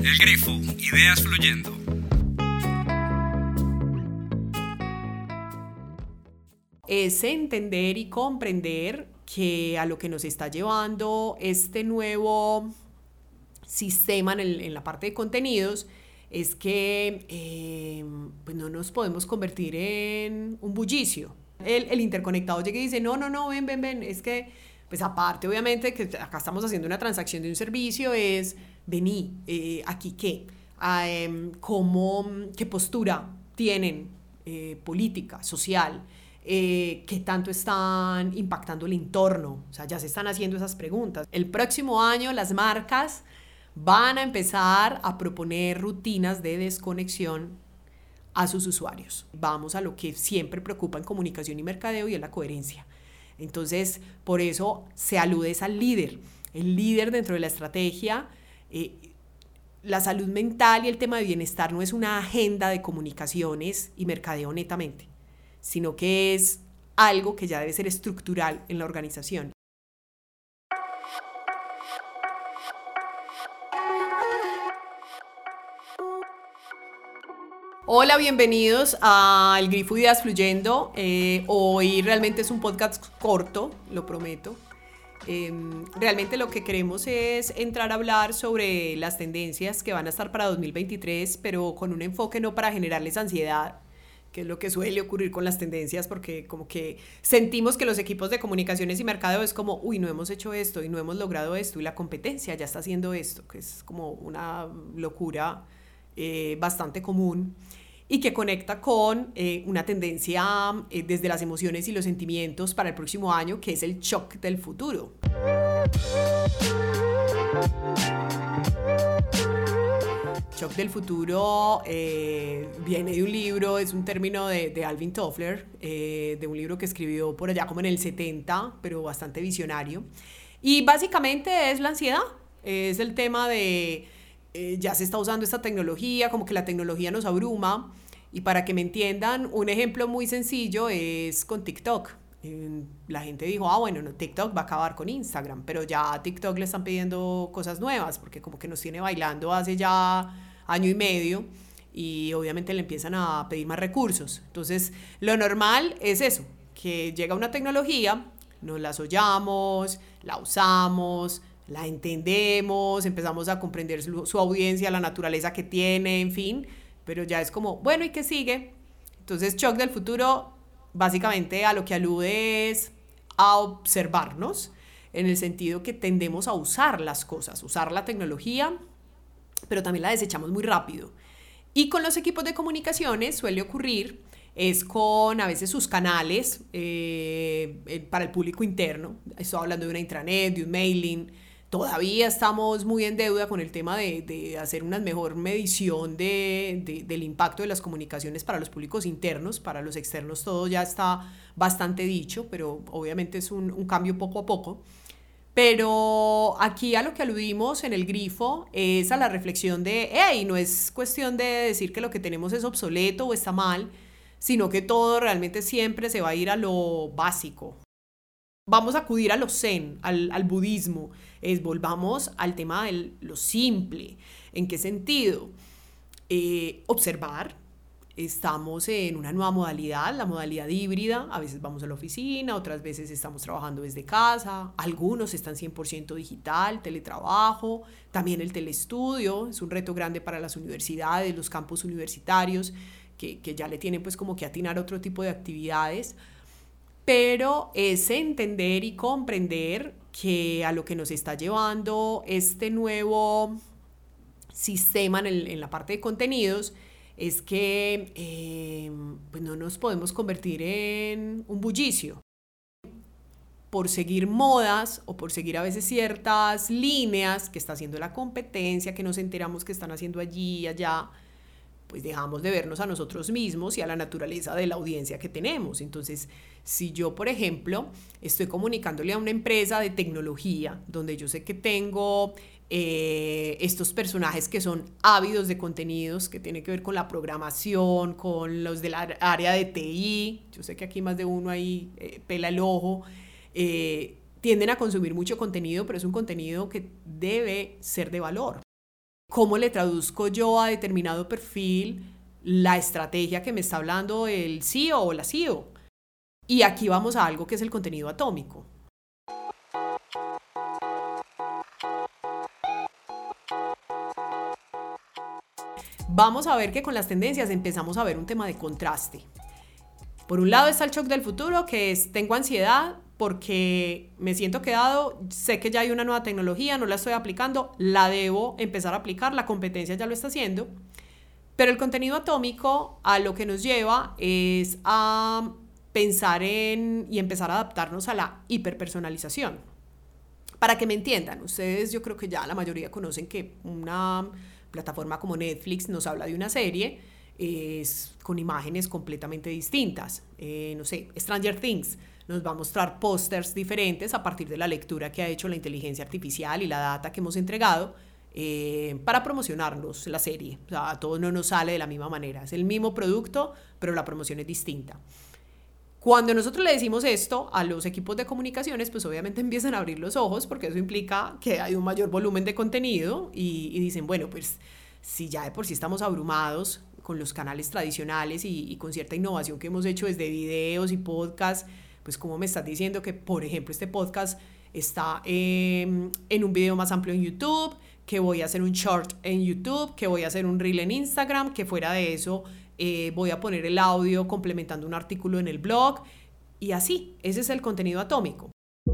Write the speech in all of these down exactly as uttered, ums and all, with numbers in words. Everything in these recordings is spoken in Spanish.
El Grifo, ideas fluyendo. Es entender y comprender que a lo que nos está llevando este nuevo sistema en, el, en la parte de contenidos es que eh, pues no nos podemos convertir en un bullicio. El, el interconectado llega y dice, no, no, no, ven, ven, ven, es que, pues aparte obviamente que acá estamos haciendo una transacción de un servicio, es, vení, eh, aquí qué, eh, cómo, qué postura tienen eh, política, social, eh, qué tanto están impactando el entorno, o sea, ya se están haciendo esas preguntas. El próximo año las marcas van a empezar a proponer rutinas de desconexión a sus usuarios. Vamos a lo que siempre preocupa en comunicación y mercadeo y es la coherencia. Entonces, por eso se alude al líder. El líder dentro de la estrategia, eh, la salud mental y el tema de bienestar no es una agenda de comunicaciones y mercadeo netamente, sino que es algo que ya debe ser estructural en la organización. Hola, bienvenidos a El Grifo Ideas Fluyendo. Eh, hoy realmente es un podcast corto, lo prometo. Eh, realmente lo que queremos es entrar a hablar sobre las tendencias que van a estar para dos mil veintitrés, pero con un enfoque no para generarles ansiedad, que es lo que suele ocurrir con las tendencias, porque como que sentimos que los equipos de comunicaciones y mercadeo es como, uy, no hemos hecho esto y no hemos logrado esto y la competencia ya está haciendo esto, que es como una locura eh, bastante común y que conecta con eh, una tendencia eh, desde las emociones y los sentimientos para el próximo año, que es el shock del futuro. Shock del futuro eh, viene de un libro, es un término de, de Alvin Toffler, eh, de un libro que escribió por allá como en el setenta, pero bastante visionario. Y básicamente es la ansiedad, es el tema de eh, ya se está usando esta tecnología, como que la tecnología nos abruma. Y para que me entiendan, un ejemplo muy sencillo es con TikTok. La gente dijo, ah, bueno, no, TikTok va a acabar con Instagram, pero ya a TikTok le están pidiendo cosas nuevas, porque como que nos tiene bailando hace ya año y medio y obviamente le empiezan a pedir más recursos. Entonces, lo normal es eso, que llega una tecnología, nos la soñamos, la usamos, la entendemos, empezamos a comprender su, su audiencia, la naturaleza que tiene, en fin, pero ya es como, bueno, ¿y qué sigue? Entonces, shock del futuro, básicamente a lo que alude es a observarnos, en el sentido que tendemos a usar las cosas, usar la tecnología, pero también la desechamos muy rápido. Y con los equipos de comunicaciones suele ocurrir, es con a veces sus canales eh, para el público interno. Estoy hablando de una intranet, de un mailing. Todavía estamos muy en deuda con el tema de, de hacer una mejor medición de, de, del impacto de las comunicaciones para los públicos internos. Para los externos todo ya está bastante dicho, pero obviamente es un, un cambio poco a poco. Pero aquí a lo que aludimos en el grifo es a la reflexión de, hey, no es cuestión de decir que lo que tenemos es obsoleto o está mal, sino que todo realmente siempre se va a ir a lo básico. Vamos a acudir a lo zen, al, al budismo, es volvamos al tema de lo simple. ¿En qué sentido? Eh, observar, estamos en una nueva modalidad, la modalidad híbrida, a veces vamos a la oficina, otras veces estamos trabajando desde casa, algunos están cien por ciento digital, teletrabajo, también el telestudio, es un reto grande para las universidades, los campus universitarios, que, que ya le tienen pues como que atinar otro tipo de actividades. Pero es entender y comprender que a lo que nos está llevando este nuevo sistema en, el, en la parte de contenidos es que eh, pues no nos podemos convertir en un bullicio. Por seguir modas o por seguir a veces ciertas líneas que está haciendo la competencia, que nos enteramos que están haciendo allí y allá, pues dejamos de vernos a nosotros mismos y a la naturaleza de la audiencia que tenemos. Entonces, si yo, por ejemplo, estoy comunicándole a una empresa de tecnología, donde yo sé que tengo eh, estos personajes que son ávidos de contenidos, que tienen que ver con la programación, con los del área de T I, yo sé que aquí más de uno ahí eh, pela el ojo, eh, tienden a consumir mucho contenido, pero es un contenido que debe ser de valor. ¿Cómo le traduzco yo a determinado perfil la estrategia que me está hablando el C E O o la C E O? Y aquí vamos a algo que es el contenido atómico. Vamos a ver que con las tendencias empezamos a ver un tema de contraste. Por un lado está el shock del futuro, que es tengo ansiedad porque me siento quedado, sé que ya hay una nueva tecnología, no la estoy aplicando, la debo empezar a aplicar, la competencia ya lo está haciendo. Pero el contenido atómico a lo que nos lleva es a pensar en y empezar a adaptarnos a la hiperpersonalización. Para que me entiendan, ustedes yo creo que ya la mayoría conocen que una plataforma como Netflix nos habla de una serie es con imágenes completamente distintas. Eh, no sé, Stranger Things nos va a mostrar pósters diferentes a partir de la lectura que ha hecho la inteligencia artificial y la data que hemos entregado eh, para promocionarnos la serie. O sea, todo no nos sale de la misma manera. Es el mismo producto, pero la promoción es distinta. Cuando nosotros le decimos esto a los equipos de comunicaciones, pues obviamente empiezan a abrir los ojos porque eso implica que hay un mayor volumen de contenido y, y dicen, bueno, pues si ya de por sí estamos abrumados con los canales tradicionales y, y con cierta innovación que hemos hecho desde videos y podcasts, pues ¿cómo me estás diciendo que, por ejemplo, este podcast está eh, en un video más amplio en YouTube, que voy a hacer un short en YouTube, que voy a hacer un reel en Instagram, que fuera de eso eh, voy a poner el audio complementando un artículo en el blog? Y así, ese es el contenido atómico.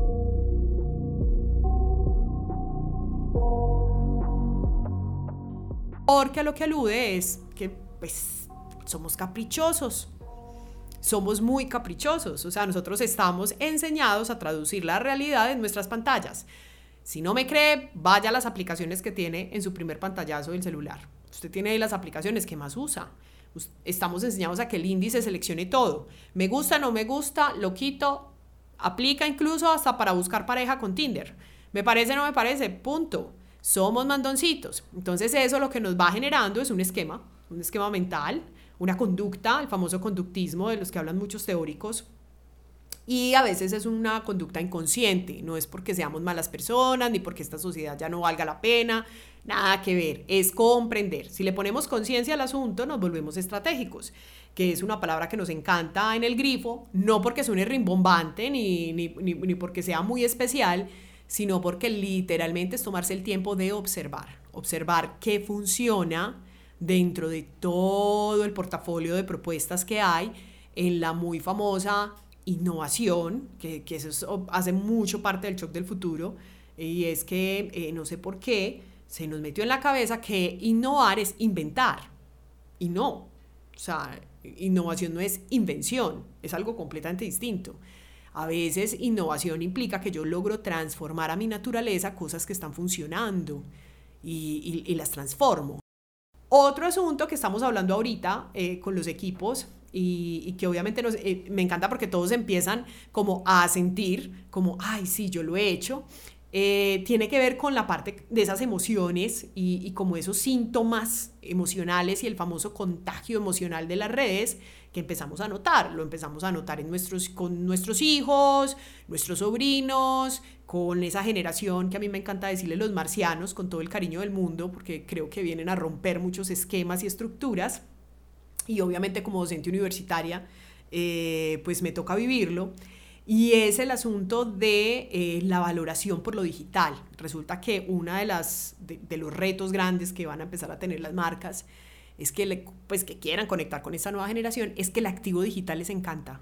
Porque a lo que alude es que pues somos caprichosos. Somos muy caprichosos, o sea, nosotros estamos enseñados a traducir la realidad en nuestras pantallas. Si no me cree, vaya a las aplicaciones que tiene en su primer pantallazo del celular. Usted tiene ahí las aplicaciones que más usa. Estamos enseñados a que el índice seleccione todo. Me gusta, no me gusta, lo quito. Aplica incluso hasta para buscar pareja con Tinder. Me parece, no me parece, punto. Somos mandoncitos. Entonces eso lo que nos va generando es un esquema, un esquema mental, una conducta, el famoso conductismo de los que hablan muchos teóricos. Y a veces es una conducta inconsciente, no es porque seamos malas personas, ni porque esta sociedad ya no valga la pena, nada que ver, es comprender. Si le ponemos conciencia al asunto, nos volvemos estratégicos, que es una palabra que nos encanta en el grifo, no porque suene rimbombante, ni, ni, ni, ni porque sea muy especial, sino porque literalmente es tomarse el tiempo de observar, observar qué funciona dentro de todo el portafolio de propuestas que hay en la muy famosa innovación, que, que eso es, hace mucho parte del shock del futuro, y es que eh, no sé por qué se nos metió en la cabeza que innovar es inventar, y no, o sea, innovación no es invención, es algo completamente distinto. A veces innovación implica que yo logro transformar a mi naturaleza cosas que están funcionando y, y, y las transformo. Otro asunto que estamos hablando ahorita eh, con los equipos y, y que obviamente nos, eh, me encanta porque todos empiezan como a sentir como, ay, sí, yo lo he hecho, eh, tiene que ver con la parte de esas emociones y, y como esos síntomas emocionales y el famoso contagio emocional de las redes que empezamos a notar. Lo empezamos a notar en nuestros, con nuestros hijos, nuestros sobrinos, con esa generación que a mí me encanta decirle los marcianos, con todo el cariño del mundo, porque creo que vienen a romper muchos esquemas y estructuras. Y obviamente como docente universitaria, eh, pues me toca vivirlo. Y es el asunto de eh, la valoración por lo digital. Resulta que uno de, las, de, de los retos grandes que van a empezar a tener las marcas es que, le, pues, que quieran conectar con esta nueva generación, es que el activo digital les encanta.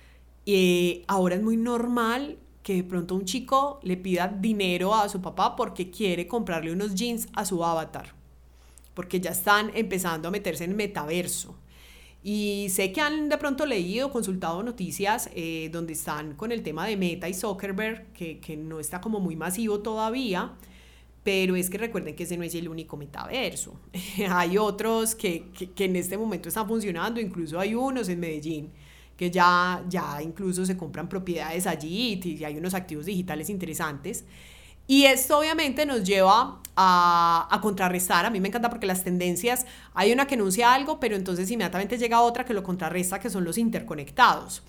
Eh, ahora es muy normal que de pronto un chico le pida dinero a su papá porque quiere comprarle unos jeans a su avatar, porque ya están empezando a meterse en el metaverso. Y sé que han de pronto leído, consultado noticias eh, donde están con el tema de Meta y Zuckerberg, que, que no está como muy masivo todavía, pero es que recuerden que ese no es el único metaverso. Hay otros que, que, que en este momento están funcionando, incluso hay unos en Medellín que ya, ya incluso se compran propiedades allí y hay unos activos digitales interesantes. Y esto obviamente nos lleva a, a contrarrestar. A mí me encanta porque las tendencias, hay una que anuncia algo, pero entonces inmediatamente llega otra que lo contrarresta, que son los interconectados.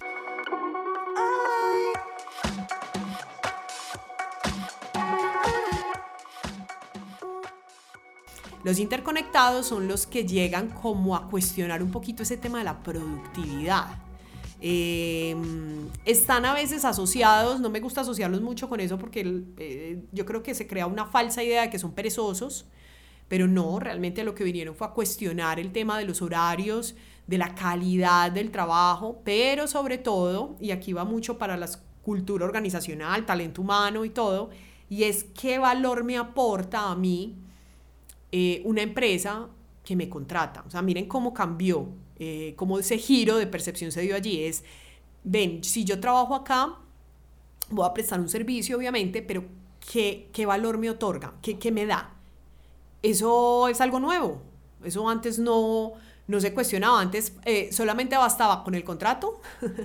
Los interconectados son los que llegan como a cuestionar un poquito ese tema de la productividad. Eh, están a veces asociados, no me gusta asociarlos mucho con eso porque eh, yo creo que se crea una falsa idea de que son perezosos, pero no, realmente lo que vinieron fue a cuestionar el tema de los horarios, de la calidad del trabajo, pero sobre todo, y aquí va mucho para la cultura organizacional, talento humano y todo, y es qué valor me aporta a mí eh, una empresa que me contrata. O sea, miren cómo cambió, eh, cómo ese giro de percepción se dio allí. Es, ven, si yo trabajo acá, voy a prestar un servicio, obviamente, pero ¿qué, qué valor me otorga? ¿Qué, qué me da? Eso es algo nuevo. Eso antes no, no se cuestionaba. Antes eh, solamente bastaba con el contrato,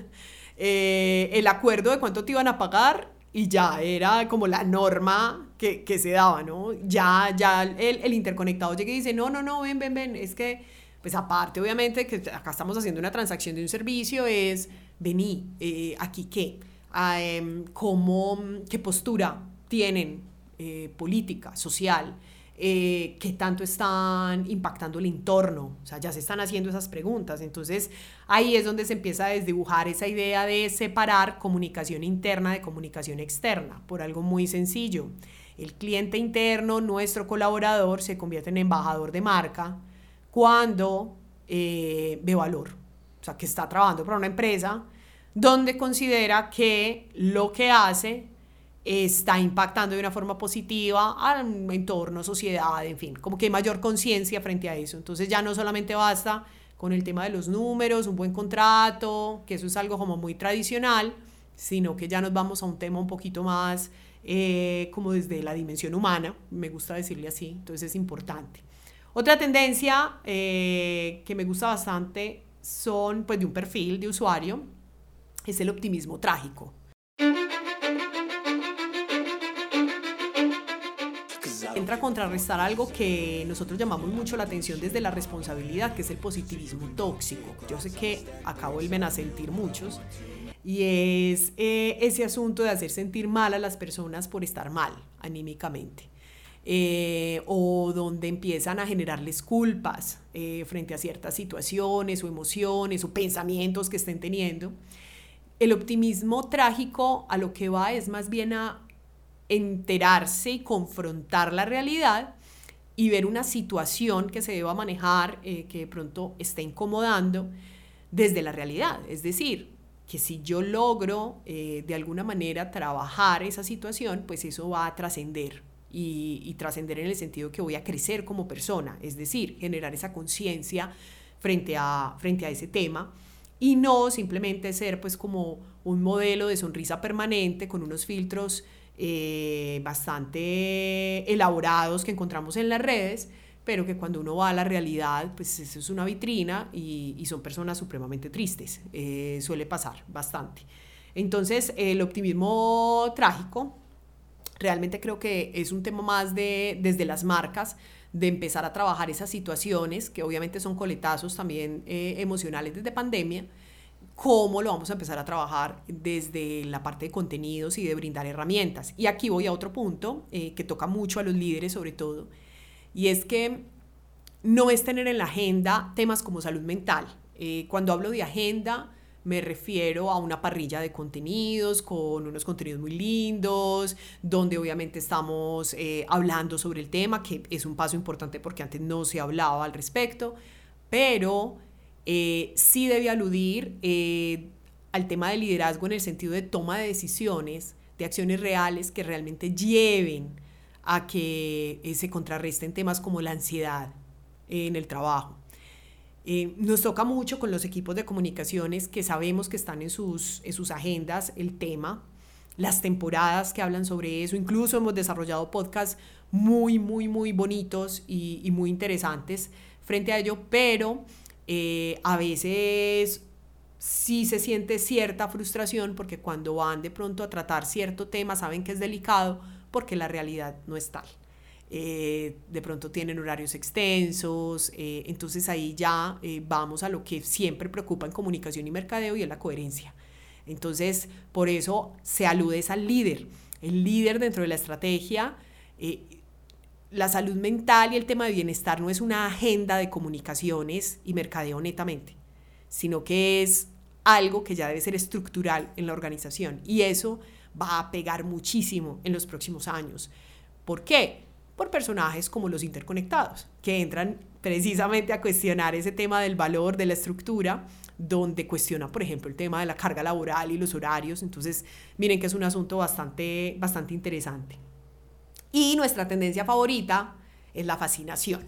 eh, el acuerdo de cuánto te iban a pagar, y ya era como la norma que, que se daba, ¿no? Ya, ya el, el interconectado llega y dice, no, no, no, ven, ven, ven, es que, pues aparte, obviamente, que acá estamos haciendo una transacción de un servicio, es, vení, eh, aquí qué, ah, eh, cómo, qué postura tienen, eh, política, social, eh, qué tanto están impactando el entorno, o sea, ya se están haciendo esas preguntas. Entonces ahí es donde se empieza a desdibujar esa idea de separar comunicación interna de comunicación externa, por algo muy sencillo. El cliente interno, nuestro colaborador, se convierte en embajador de marca cuando eh, ve valor, o sea, que está trabajando para una empresa donde considera que lo que hace está impactando de una forma positiva al entorno, sociedad, en fin, como que hay mayor conciencia frente a eso. Entonces ya no solamente basta con el tema de los números, un buen contrato, que eso es algo como muy tradicional, sino que ya nos vamos a un tema un poquito más eh, como desde la dimensión humana, me gusta decirle así, entonces es importante. Otra tendencia eh, que me gusta bastante son, pues, de un perfil de usuario, es el optimismo trágico. Entra a contrarrestar algo que nosotros llamamos mucho la atención desde la responsabilidad, que es el positivismo tóxico. Yo sé que acá vuelven a sentir muchos, y es eh, ese asunto de hacer sentir mal a las personas por estar mal anímicamente, eh, o donde empiezan a generarles culpas eh, frente a ciertas situaciones o emociones o pensamientos que estén teniendo. El optimismo trágico a lo que va es más bien a enterarse y confrontar la realidad y ver una situación que se deba manejar, eh, que de pronto está incomodando desde la realidad. Es decir, que si yo logro eh, de alguna manera trabajar esa situación, pues eso va a trascender, y, y trascender en el sentido que voy a crecer como persona, es decir, generar esa conciencia frente a, frente a ese tema, y no simplemente ser pues como un modelo de sonrisa permanente con unos filtros Eh, bastante elaborados que encontramos en las redes, pero que cuando uno va a la realidad, pues eso es una vitrina, y, y son personas supremamente tristes. Eh, suele pasar bastante. Entonces, el optimismo trágico realmente creo que es un tema más de, desde las marcas, de empezar a trabajar esas situaciones que obviamente son coletazos también eh, emocionales desde pandemia. ¿Cómo lo vamos a empezar a trabajar desde la parte de contenidos y de brindar herramientas? Y aquí voy a otro punto eh, que toca mucho a los líderes sobre todo, y es que no es tener en la agenda temas como salud mental. Eh, cuando hablo de agenda me refiero a una parrilla de contenidos con unos contenidos muy lindos, donde obviamente estamos eh, hablando sobre el tema, que es un paso importante porque antes no se hablaba al respecto, pero Eh, sí debe aludir eh, al tema de liderazgo en el sentido de toma de decisiones, de acciones reales que realmente lleven a que eh, se contrarresten temas como la ansiedad eh, en el trabajo. Eh, nos toca mucho con los equipos de comunicaciones que sabemos que están en sus, en sus agendas el tema, las temporadas que hablan sobre eso. Incluso hemos desarrollado podcasts muy, muy, muy bonitos y, y muy interesantes frente a ello, pero Eh, a veces sí se siente cierta frustración porque cuando van de pronto a tratar cierto tema saben que es delicado porque la realidad no es tal. Eh, de pronto tienen horarios extensos, eh, entonces ahí ya eh, vamos a lo que siempre preocupa en comunicación y mercadeo, y es la coherencia. Entonces, por eso se alude al líder. El líder dentro de la estrategia eh, la salud mental y el tema de bienestar no es una agenda de comunicaciones y mercadeo netamente, sino que es algo que ya debe ser estructural en la organización, y eso va a pegar muchísimo en los próximos años. ¿Por qué? Por personajes como los interconectados, que entran precisamente a cuestionar ese tema del valor, de la estructura, donde cuestiona, por ejemplo, el tema de la carga laboral y los horarios. Entonces, miren que es un asunto bastante, bastante interesante. Y nuestra tendencia favorita es la fascinación.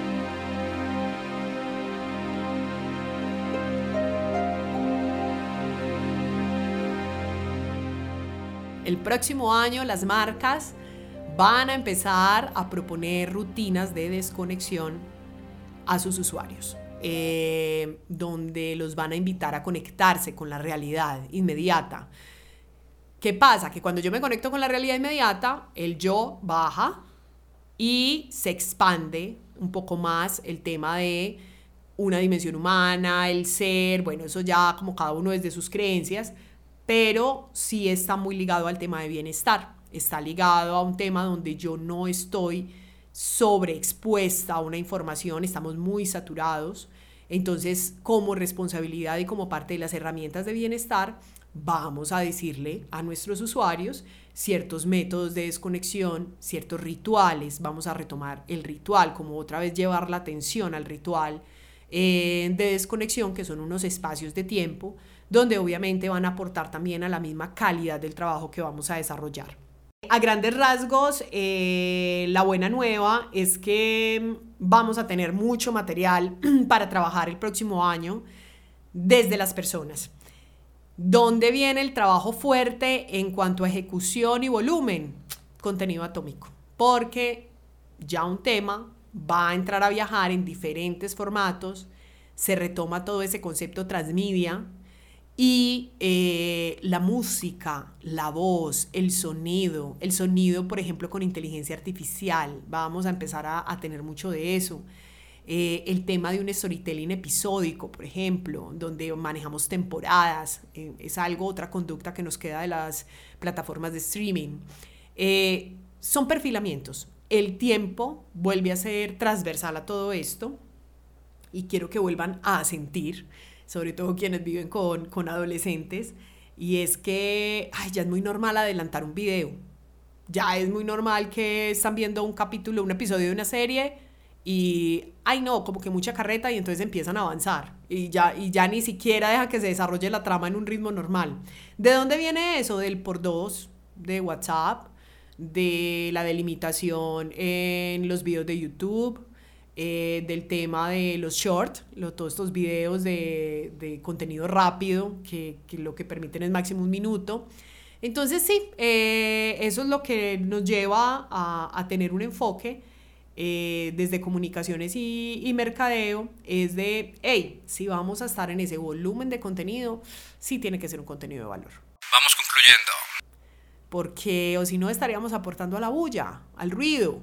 El próximo año las marcas van a empezar a proponer rutinas de desconexión a sus usuarios, eh, donde los van a invitar a conectarse con la realidad inmediata. ¿Qué pasa? Que cuando yo me conecto con la realidad inmediata, el yo baja y se expande un poco más el tema de una dimensión humana, el ser, bueno, eso ya como cada uno desde sus creencias, pero sí está muy ligado al tema de bienestar, está ligado a un tema donde yo no estoy sobreexpuesta a una información, estamos muy saturados. Entonces, como responsabilidad y como parte de las herramientas de bienestar, vamos a decirle a nuestros usuarios ciertos métodos de desconexión, ciertos rituales. Vamos a retomar el ritual, como otra vez llevar la atención al ritual eh, de desconexión, que son unos espacios de tiempo donde obviamente van a aportar también a la misma calidad del trabajo que vamos a desarrollar. A grandes rasgos, eh, la buena nueva es que vamos a tener mucho material para trabajar el próximo año desde las personas. ¿Dónde viene el trabajo fuerte en cuanto a ejecución y volumen? Contenido atómico, porque ya un tema va a entrar a viajar en diferentes formatos, se retoma todo ese concepto transmedia. Y eh, la música, la voz, el sonido, el sonido, por ejemplo, con inteligencia artificial, vamos a empezar a, a tener mucho de eso. Eh, el tema de un storytelling episódico, por ejemplo, donde manejamos temporadas, eh, es algo, otra conducta que nos queda de las plataformas de streaming. Eh, son perfilamientos. El tiempo vuelve a ser transversal a todo esto y quiero que vuelvan a sentir, sobre todo quienes viven con, con adolescentes, y es que ay, ya es muy normal adelantar un video, ya es muy normal que están viendo un capítulo, un episodio de una serie y, ay no, como que mucha carreta, y entonces empiezan a avanzar y ya, y ya ni siquiera dejan que se desarrolle la trama en un ritmo normal. ¿De dónde viene eso? Del por dos, de WhatsApp, de la delimitación en los videos de YouTube, Eh, del tema de los shorts, lo, todos estos videos de, de contenido rápido que, que lo que permiten es máximo un minuto. Entonces sí, eh, eso es lo que nos lleva a, a tener un enfoque eh, desde comunicaciones y, y mercadeo, es de, hey, si vamos a estar en ese volumen de contenido, sí tiene que ser un contenido de valor. Vamos concluyendo. Porque o si no estaríamos aportando a la bulla, al ruido.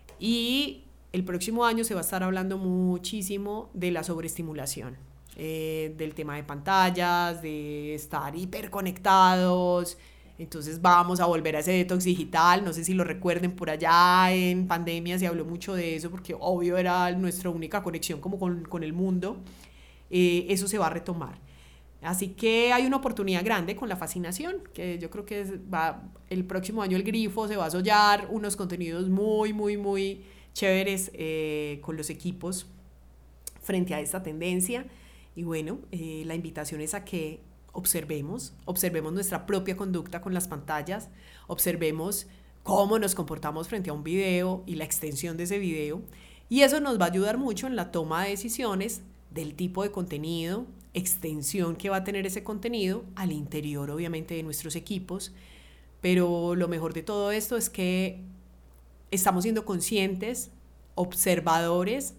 Y el próximo año se va a estar hablando muchísimo de la sobreestimulación, eh, del tema de pantallas, de estar hiperconectados. Entonces vamos a volver a ese detox digital. No sé si lo recuerden, por allá en pandemia se habló mucho de eso porque obvio era nuestra única conexión como con, con el mundo. Eh, eso se va a retomar. Así que hay una oportunidad grande con la fascinación, que yo creo que es, va, el próximo año el grifo se va a sollar, unos contenidos muy, muy, muy chéveres eh, con los equipos frente a esta tendencia. Y bueno, eh, la invitación es a que observemos, observemos nuestra propia conducta con las pantallas, observemos cómo nos comportamos frente a un video y la extensión de ese video, y eso nos va a ayudar mucho en la toma de decisiones del tipo de contenido, extensión que va a tener ese contenido al interior obviamente de nuestros equipos. Pero lo mejor de todo esto es que estamos siendo conscientes, observadores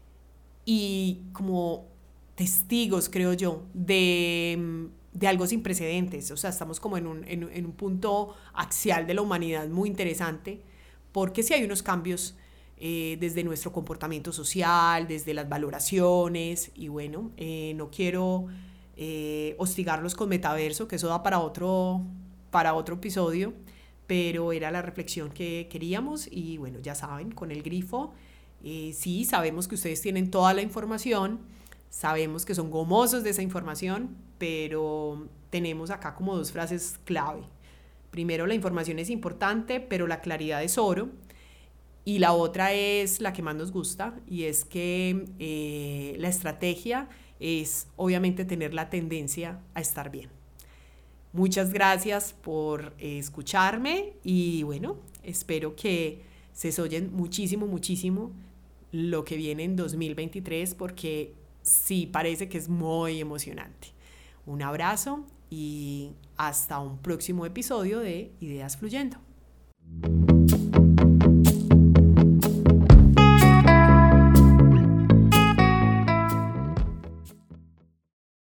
y como testigos, creo yo, de, de algo sin precedentes. O sea, estamos como en un, en, en un punto axial de la humanidad muy interesante, porque sí hay unos cambios eh, desde nuestro comportamiento social, desde las valoraciones, y bueno, eh, no quiero eh, hostigarlos con metaverso, que eso da para otro, para otro episodio, pero era la reflexión que queríamos y bueno, ya saben, con el grifo, eh, sí, sabemos que ustedes tienen toda la información, sabemos que son gomosos de esa información, pero tenemos acá como dos frases clave. Primero, la información es importante, pero la claridad es oro. Y la otra es la que más nos gusta, y es que eh, la estrategia es obviamente tener la tendencia a estar bien. Muchas gracias por eh, escucharme y bueno, espero que se oyen muchísimo, muchísimo lo que viene en dos mil veintitrés porque sí parece que es muy emocionante. Un abrazo y hasta un próximo episodio de Ideas Fluyendo.